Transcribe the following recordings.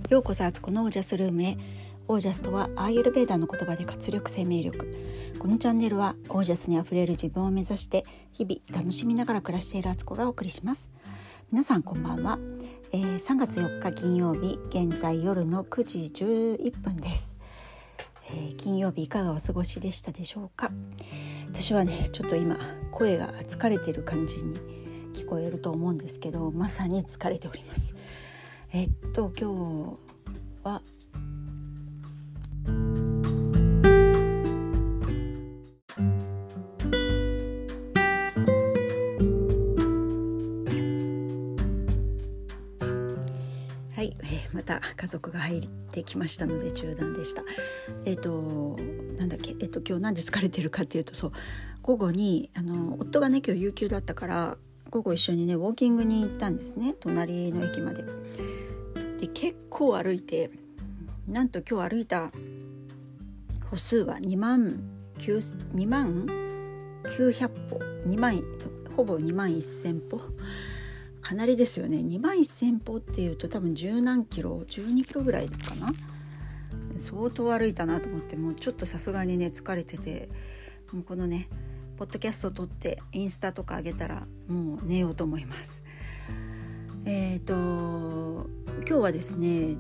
ようこそアツコのオージャスルームへ。オージャスとはアーユルヴェーダの言葉で活力生命力。このチャンネルはオージャスにあふれる自分を目指して日々楽しみながら暮らしているアツコがお送りします。皆さんこんばんは。3月4日金曜日、現在夜の9時11分です。金曜日いかがお過ごしでしたでしょうか。私はね、ちょっと今声が疲れてる感じに聞こえると思うんですけど、まさに疲れております。今日ははい、また家族が入ってきましたので中断でした。なんだっけ、今日なんで疲れてるかっていうと、そう午後に夫がね今日有給だったから午後一緒にねウォーキングに行ったんですね、隣の駅まで。で結構歩いて、なんと今日歩いた歩数は2万900歩、ほぼ2万1000歩、かなりですよね。2万1000歩っていうと多分12キロぐらいかな。相当歩いたなと思って、もうちょっとさすがにね疲れてて、もうこのねポッドキャストを撮ってインスタとか上げたらもう寝ようと思います。今日はですね、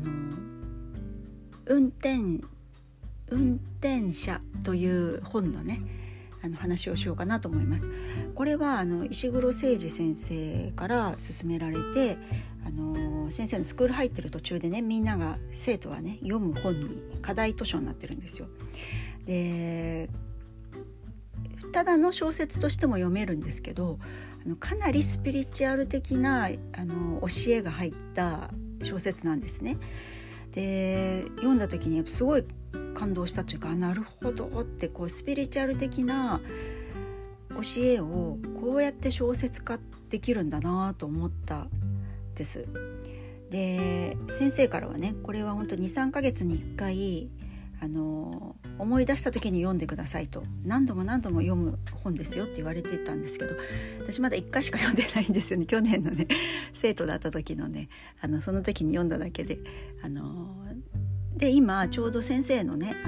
運転者という本のね話をしようかなと思います。これは石黒誠二先生から勧められて、先生のスクール入ってる途中でね、みんなが生徒はね読む本に課題図書になってるんですよ。でただの小説としても読めるんですけど、かなりスピリチュアル的な教えが入った小説なんですね。で読んだ時にすごい感動したというか、なるほどってこうスピリチュアル的な教えをこうやって小説化できるんだなと思ったです。で先生からはね、これは本当 2,3 ヶ月に1回思い出した時に読んでくださいと、何度も読む本ですよって言われてたんですけど、私まだ1回しか読んでないんですよね。去年のね生徒だった時のねその時に読んだだけで、で今ちょうど先生のね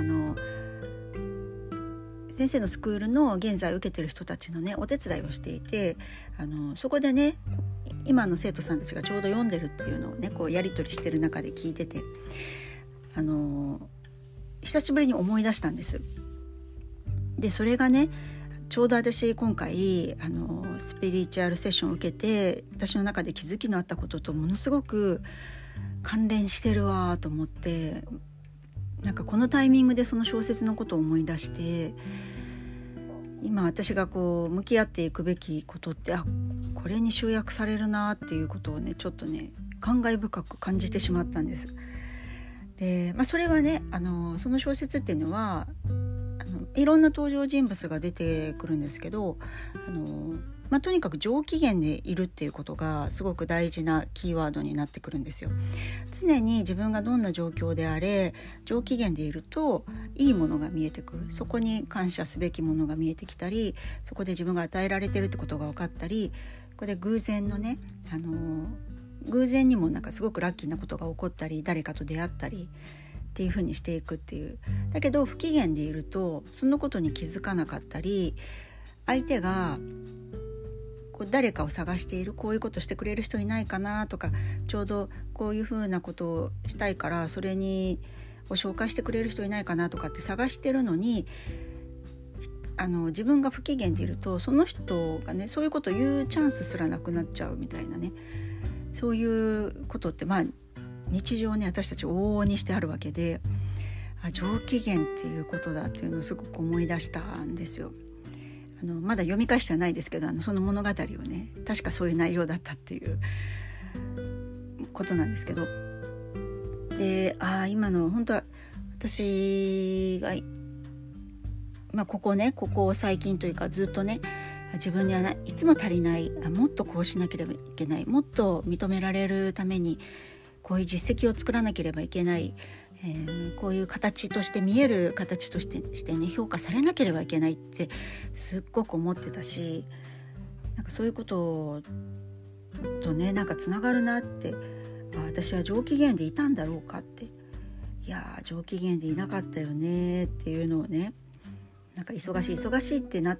先生のスクールの現在受けてる人たちのねお手伝いをしていて、そこでね今の生徒さんたちがちょうど読んでるっていうのをねこうやり取りしてる中で聞いてて、久しぶりに思い出したんです。でそれがね、ちょうど私今回スピリチュアルセッションを受けて、私の中で気づきのあったこととものすごく関連してるわと思って、なんかこのタイミングでその小説のことを思い出して、今私がこう向き合っていくべきことって、これに集約されるなっていうことをねちょっとね感慨深く感じてしまったんです。で、それはねその小説っていうのはいろんな登場人物が出てくるんですけど、とにかく上機嫌でいるっていうことがすごく大事なキーワードになってくるんですよ。常に自分がどんな状況であれ上機嫌でいるといいものが見えてくる、そこに感謝すべきものが見えてきたり、そこで自分が与えられてるってことが分かったり、ここで偶然のね偶然にもなんかすごくラッキーなことが起こったり、誰かと出会ったりっていう風にしていくっていう。だけど不機嫌でいるとそのことに気づかなかったり、相手が誰かを探している、こういうことしてくれる人いないかなとか、ちょうどこういう風なことをしたいからそれに紹介してくれる人いないかなとかって探してるのに、自分が不機嫌でいるとその人がねそういうことを言うチャンスすらなくなっちゃうみたいなね、そういうことって日常ね私たち往々にしてあるわけで、上機嫌っていうことだっていうのをすごく思い出したんですよ。まだ読み返してはないですけど、その物語をね確かそういう内容だったっていうことなんですけど、で今の本当は私がここ最近というかずっとね、自分にはいつも足りない、もっとこうしなければいけない、もっと認められるためにこういう実績を作らなければいけない、こういう形として見える形としてね評価されなければいけないってすっごく思ってたし、なんかそういうこととねなんかつながるなって私は上機嫌でいたんだろうかって、いや上機嫌でいなかったよねっていうのをね、なんか忙しいってなって、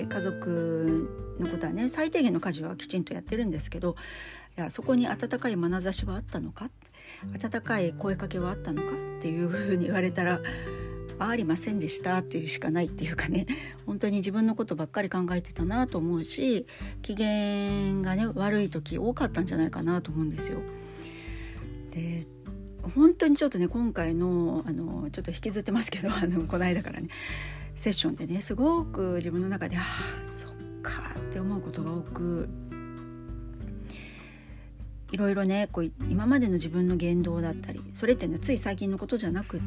家族のことはね最低限の家事はきちんとやってるんですけど、いやそこに温かい眼差しはあったのか、温かい声かけはあったのかっていうふうに言われたら、ありませんでしたっていうしかないっていうかね、本当に自分のことばっかり考えてたなと思うし、機嫌がね悪い時多かったんじゃないかなと思うんですよ。で本当にちょっとね今回のちょっと引きずってますけど、この間からねセッションでねすごく自分の中でそっかって思うことが多く、いろいろねこう今までの自分の言動だったり、それっていうのはつい最近のことじゃなくって、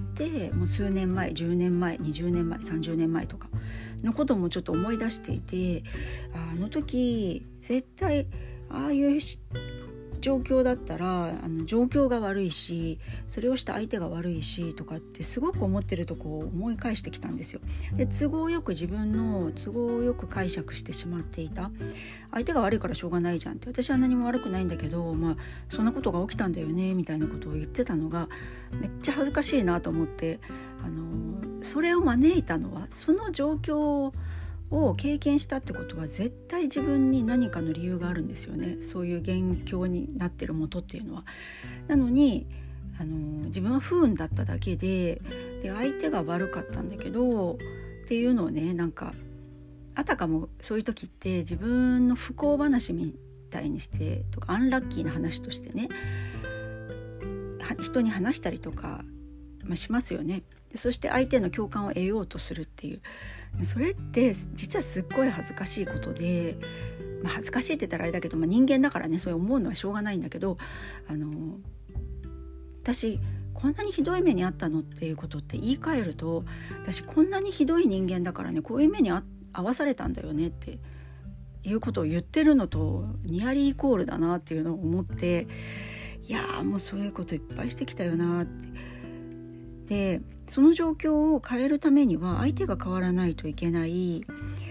もう数年前、10年前、20年前、30年前とかのこともちょっと思い出していて、あの時絶対ああいう状況だったら状況が悪いし、それをした相手が悪いしとかってすごく思ってるとこう思い返してきたんですよ。で自分の都合よく解釈してしまっていた。相手が悪いからしょうがないじゃんって、私は何も悪くないんだけど、そんなことが起きたんだよねみたいなことを言ってたのがめっちゃ恥ずかしいなと思って、それを招いたのは、その状況を経験したってことは絶対自分に何かの理由があるんですよね。そういう現況になってる元っていうのは。なのに自分は不運だっただけで相手が悪かったんだけどっていうのをね、なんかあたかもそういう時って自分の不幸話みたいにしてとか、アンラッキーな話としてね人に話したりとか、しますよね。でそして相手の共感を得ようとするっていう、それって実はすっごい恥ずかしいことで、恥ずかしいって言ったらあれだけど、人間だからねそう思うのはしょうがないんだけど、私こんなにひどい目にあったのっていうことって言い換えると、私こんなにひどい人間だからねこういう目に遭わされたんだよねっていうことを言ってるのとニアリーイコールだなっていうのを思って、いやもうそういうこといっぱいしてきたよなって。でその状況を変えるためには相手が変わらないといけない、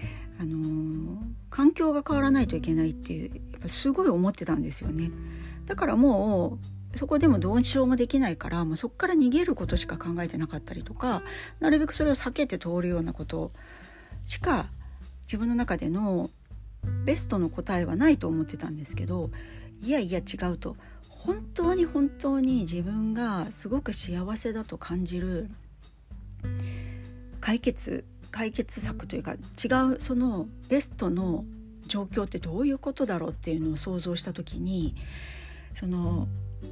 環境が変わらないといけないっていう、やっぱすごい思ってたんですよね。だからもうそこでもどうしようもできないから、もうそこから逃げることしか考えてなかったりとか、なるべくそれを避けて通るようなことしか自分の中でのベストの答えはないと思ってたんですけど、いや違うと、本当に自分がすごく幸せだと感じる解決策というか、違うそのベストの状況ってどういうことだろうっていうのを想像した時に、その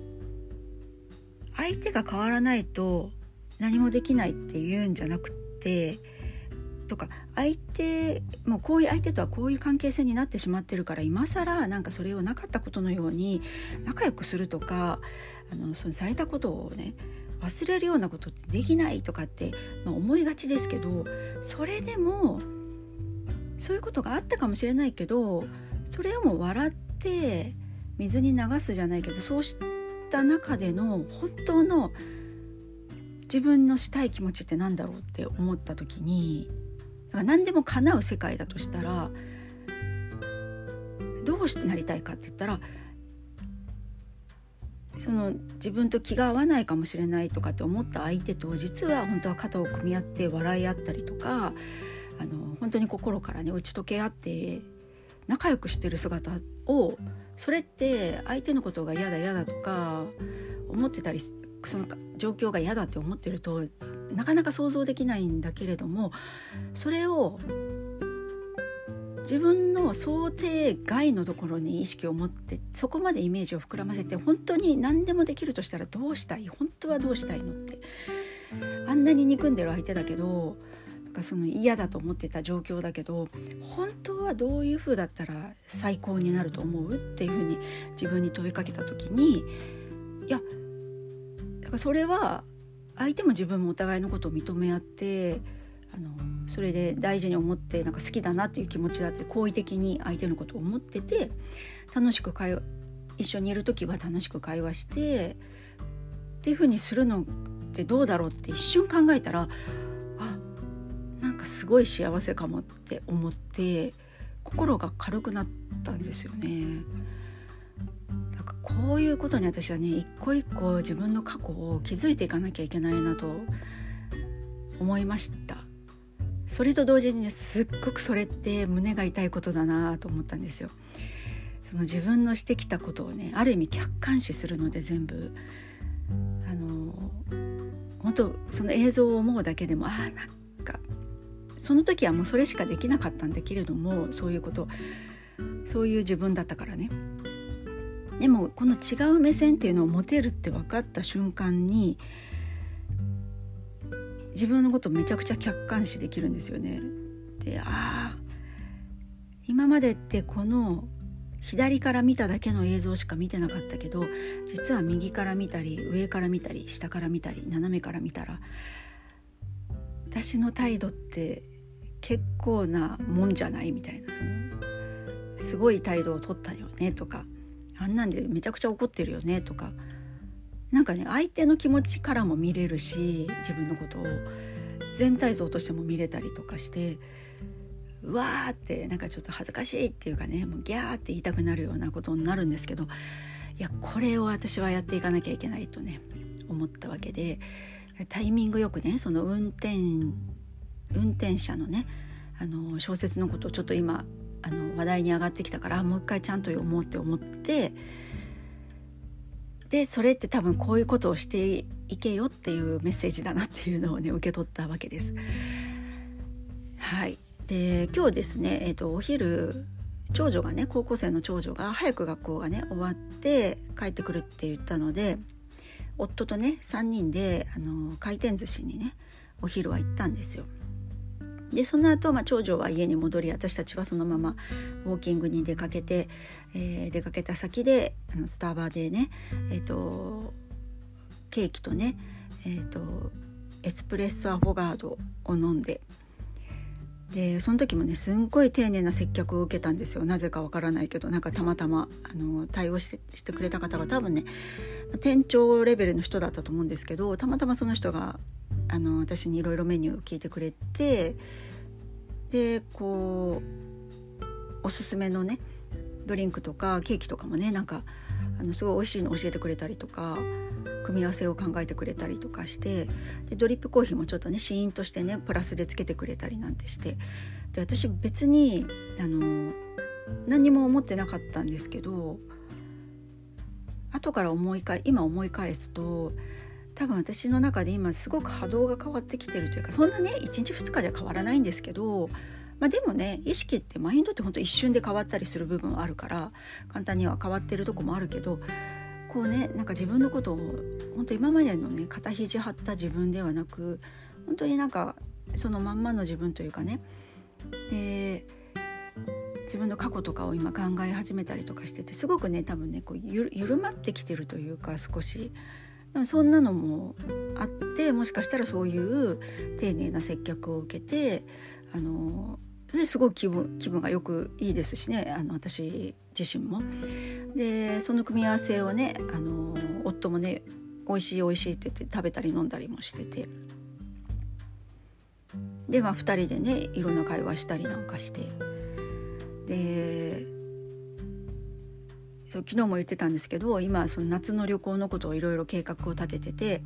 相手が変わらないと何もできないっていうんじゃなくて、とかもうこういう相手とはこういう関係性になってしまってるから、今更なんかそれをなかったことのように仲良くするとか、そのされたことをね忘れるようなことってできないとかって、思いがちですけど、それでもそういうことがあったかもしれないけど、それをもう笑って水に流すじゃないけど、そうした中での本当の自分のしたい気持ちってなんだろうって思った時に、何でも叶う世界だとしたらどうなりたいかって言ったら、その自分と気が合わないかもしれないとかって思った相手と実は本当は肩を組み合って笑い合ったりとか、本当に心からね打ち解け合って仲良くしてる姿を、それって相手のことが嫌だとか思ってたり、その状況が嫌だって思ってるとなかなか想像できないんだけれども、それを自分の想定外のところに意識を持って、そこまでイメージを膨らませて、本当に何でもできるとしたらどうしたい、本当はどうしたいのって、あんなに憎んでる相手だけど、その嫌だと思ってた状況だけど、本当はどういう風だったら最高になると思うっていう風に自分に問いかけた時に、いやだからそれは相手も自分もお互いのことを認め合って、それで大事に思って、なんか好きだなっていう気持ちだって好意的に相手のことを思ってて、楽しく一緒にいる時は楽しく会話してっていう風にするのってどうだろうって一瞬考えたら、なんかすごい幸せかもって思って心が軽くなったんですよね。だからこういうことに私はね一個一個自分の過去を気づいていかなきゃいけないなと思いました。それと同時にねすっごくそれって胸が痛いことだなと思ったんですよ。その自分のしてきたことをねある意味客観視するので、全部本当その映像を思うだけでもなんかその時はもうそれしかできなかったんだけれども、そういう自分だったからね。でもこの違う目線っていうのを持てるって分かった瞬間に自分のことをめちゃくちゃ客観視できるんですよね。で、今までってこの左から見ただけの映像しか見てなかったけど、実は右から見たり上から見たり下から見たり斜めから見たら私の態度って結構なもんじゃないみたいな、そのすごい態度を取ったよねとか、あんなんでめちゃくちゃ怒ってるよねとか、なんかね相手の気持ちからも見れるし、自分のことを全体像としても見れたりとかして、うわーってなんかちょっと恥ずかしいっていうかね、もうギャーって言いたくなるようなことになるんですけど、いやこれを私はやっていかなきゃいけないとね思ったわけで、タイミングよくねその運転者のね小説のことをちょっと今話題に上がってきたから、もう一回ちゃんと読もうって思って、でそれって多分こういうことをしていけよっていうメッセージだなっていうのをね受け取ったわけです。はい。で今日ですね、お昼長女がね高校生の長女が早く学校がね終わって帰ってくるって言ったので、夫とね3人で回転寿司にねお昼は行ったんですよ。でその後、長女は家に戻り、私たちはそのままウォーキングに出かけて、出かけた先でスタバでね、ケーキとね、エスプレッソアフォガードを飲んで、でその時もねすんごい丁寧な接客を受けたんですよ。なぜかわからないけど、なんかたまたま対応してくれた方が多分ね店長レベルの人だったと思うんですけど、たまたまその人が私にいろいろメニューを聞いてくれて、でこうおすすめのねドリンクとかケーキとかもねなんかすごい美味しいの教えてくれたりとか、組み合わせを考えてくれたりとかして、でドリップコーヒーもちょっとねシーンとしてねプラスでつけてくれたりなんてして、で私別に何にも思ってなかったんですけど、後から今思い返すと、多分私の中で今すごく波動が変わってきてるというか、そんなね1日2日じゃ変わらないんですけど、でもね意識ってマインドって本当一瞬で変わったりする部分はあるから、簡単には変わってるとこもあるけど、こうねなんか自分のことを本当今までのね肩肘張った自分ではなく、本当になんかそのまんまの自分というかね、で自分の過去とかを今考え始めたりとかしてて、すごくね多分ねこう緩まってきてるというか、少しそんなのもあって、もしかしたらそういう丁寧な接客を受けてですごい気分がよくいいですしね、私自身も。でその組み合わせをね夫もね美味しい美味しいって言って食べたり飲んだりもしてて、で2人でねいろんな会話したりなんかして、で昨日も言ってたんですけど、今その夏の旅行のことをいろいろ計画を立ててて、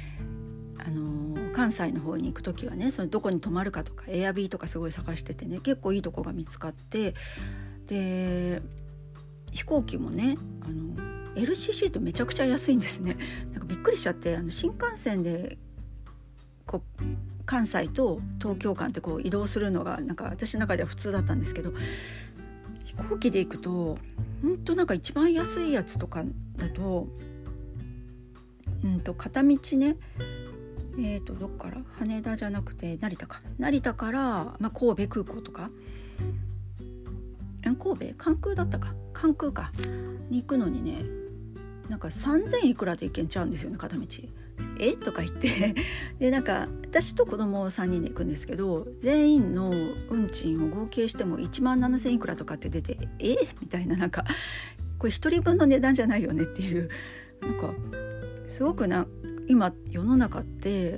関西の方に行くときはねそのどこに泊まるかとかエアビーとかすごい探しててね、結構いいとこが見つかって、で飛行機もねLCC ってめちゃくちゃ安いんですね。なんかびっくりしちゃって、新幹線でこう関西と東京間ってこう移動するのがなんか私の中では普通だったんですけど、飛行機で行くと本当なんか一番安いやつとかだと片道ねどっから羽田じゃなくて成田から、神戸空港とか神戸関空だったか関空かに行くのにねなんか3000いくらで行けんちゃうんですよね、片道。とか言ってでなんか私と子供3人で行くんですけど、全員の運賃を合計しても1万7000いくらとかって出てみたいな、なんかこれ1人分の値段じゃないよねっていう、なんかすごく今世の中って、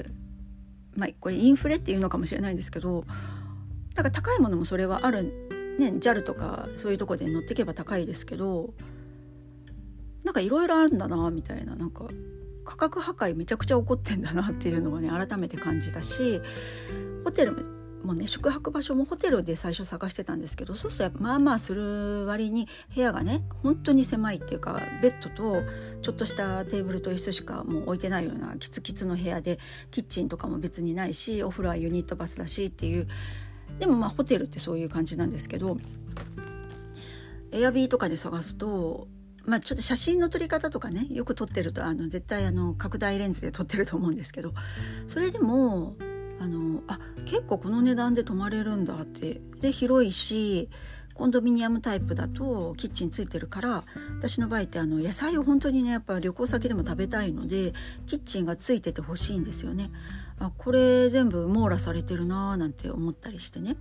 これインフレっていうのかもしれないんですけど、だから高いものもそれはあるね、JAL とかそういうとこで乗っていけば高いですけど、 なんかいろいろあるんだなみたいな、なんか価格破壊めちゃくちゃ起こってんだなっていうのがね改めて感じたし、ホテルもね宿泊場所もホテルで最初探してたんですけど、そうするとまあまあする割に部屋がね本当に狭いっていうか、ベッドとちょっとしたテーブルと椅子しかもう置いてないようなキツキツの部屋で、キッチンとかも別にないし、お風呂はユニットバスだしっていう、でもまあホテルってそういう感じなんですけど、エアビーとかで探すとちょっと写真の撮り方とかねよく撮ってると絶対拡大レンズで撮ってると思うんですけど、それでも結構この値段で泊まれるんだって。で広いしコンドミニアムタイプだとキッチンついてるから、私の場合って野菜を本当にねやっぱ旅行先でも食べたいのでキッチンがついててほしいんですよね。これ全部網羅されてるななんて思ったりしてね。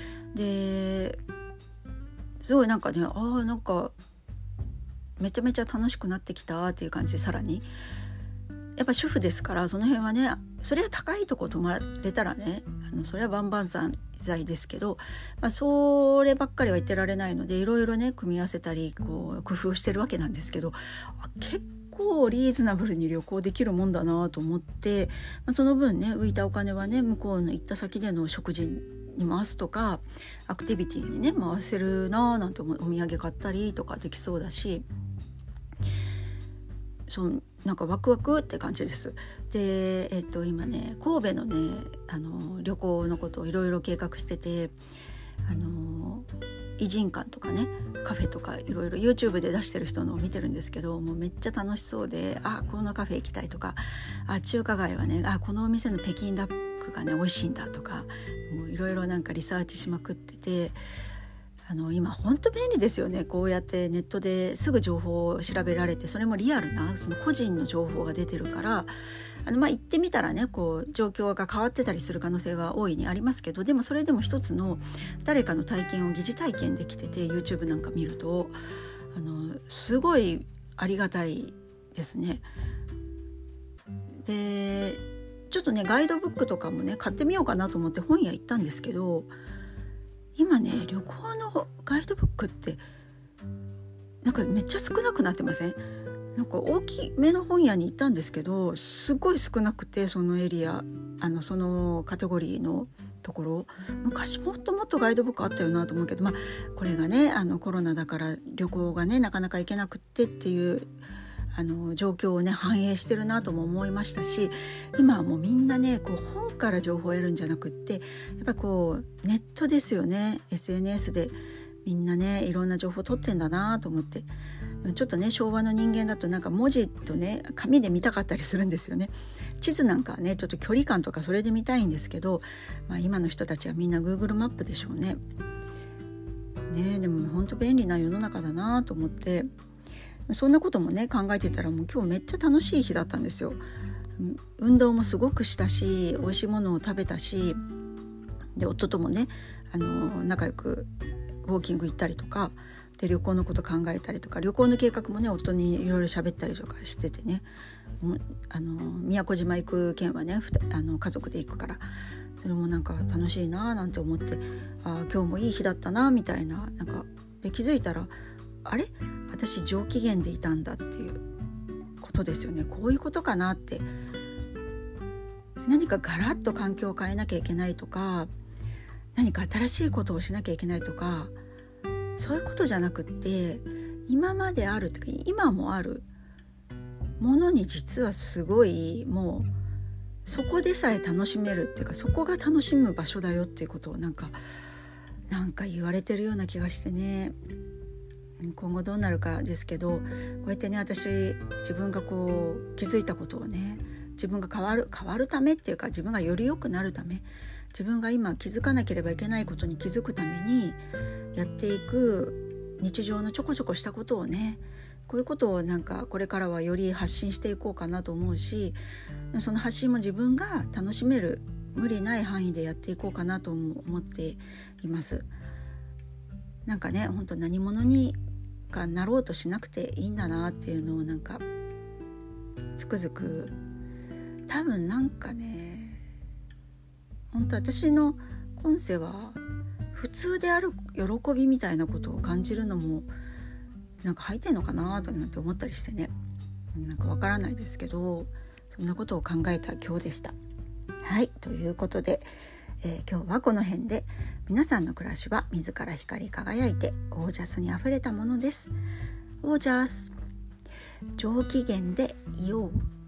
ですごいなんかねなんかめちゃめちゃ楽しくなってきたっていう感じで、さらにやっぱ主婦ですから、その辺はねそれは高いとこ泊まれたらねそれは万々歳ですけど、そればっかりは言ってられないのでいろいろね組み合わせたりこう工夫してるわけなんですけど、結構リーズナブルに旅行できるもんだなと思って、その分ね浮いたお金はね向こうの行った先での食事に回すとかアクティビティにね回せるななんてお土産買ったりとかできそうだし、そうなんかワクワクって感じです。で、今ね神戸のね旅行のことをいろいろ計画してて、異人館とかねカフェとかいろいろ YouTube で出してる人のを見てるんですけど、もうめっちゃ楽しそうで、このカフェ行きたいとか、中華街はねこのお店の北京ダックがね美味しいんだとか、もういろいろなんかリサーチしまくってて、今本当便利ですよね。こうやってネットですぐ情報を調べられて、それもリアルなその個人の情報が出てるから、行ってみたらねこう状況が変わってたりする可能性は大いにありますけど、でもそれでも一つの誰かの体験を疑似体験できてて YouTube なんか見るとすごいありがたいですね。でちょっとねガイドブックとかもね買ってみようかなと思って本屋行ったんですけど、今ね旅行のガイドブックってなんかめっちゃ少なくなってません？なんか大きめの本屋に行ったんですけどすごい少なくて、そのエリアそのカテゴリーのところ、昔もっともっとガイドブックあったよなと思うけど、これがねコロナだから旅行がねなかなか行けなくってっていう状況をね反映してるなとも思いましたし、今はもうみんなねこう本から情報を得るんじゃなくって、やっぱこうネットですよね。 SNS でみんなねいろんな情報を取ってんだなと思って、ちょっとね昭和の人間だとなんか文字とね紙で見たかったりするんですよね。地図なんかねちょっと距離感とかそれで見たいんですけど、今の人たちはみんな Google マップでしょうね。でも本当便利な世の中だなと思って、そんなこともね考えてたらもう今日めっちゃ楽しい日だったんですよ。運動もすごくしたし美味しいものを食べたし、で夫ともね仲良くウォーキング行ったりとかで、旅行のこと考えたりとか、旅行の計画もね夫にいろいろ喋ったりとかしててね、宮古島行く件はね家族で行くから、それもなんか楽しいななんて思って、今日もいい日だったなみたいな、なんかで気づいたら私上機嫌でいたんだっていうことですよね。こういうことかなって、何かガラッと環境を変えなきゃいけないとか、何か新しいことをしなきゃいけないとか、そういうことじゃなくって、今まであるとか今もあるものに実はすごいもうそこでさえ楽しめるっていうか、そこが楽しむ場所だよっていうことをなんか言われてるような気がしてね。今後どうなるかですけど、こうやってね私自分がこう気づいたことをね、自分が変わるためっていうか、自分がより良くなるため、自分が今気づかなければいけないことに気づくためにやっていく日常のちょこちょこしたことをね、こういうことをなんかこれからはより発信していこうかなと思うし、その発信も自分が楽しめる無理ない範囲でやっていこうかなと思っています。なんかね本当何者にかなろうとしなくていいんだなっていうのをなんかつくづく、多分なんかね本当私の今世は普通である喜びみたいなことを感じるのもなんか履いてんのかなとなんて思ったりしてね、なんかわからないですけど、そんなことを考えた今日でした。はい、ということで、今日はこの辺で。皆さんの暮らしは自ら光り輝いてオージャスにあふれたものです。オージャス、上機嫌でいよう。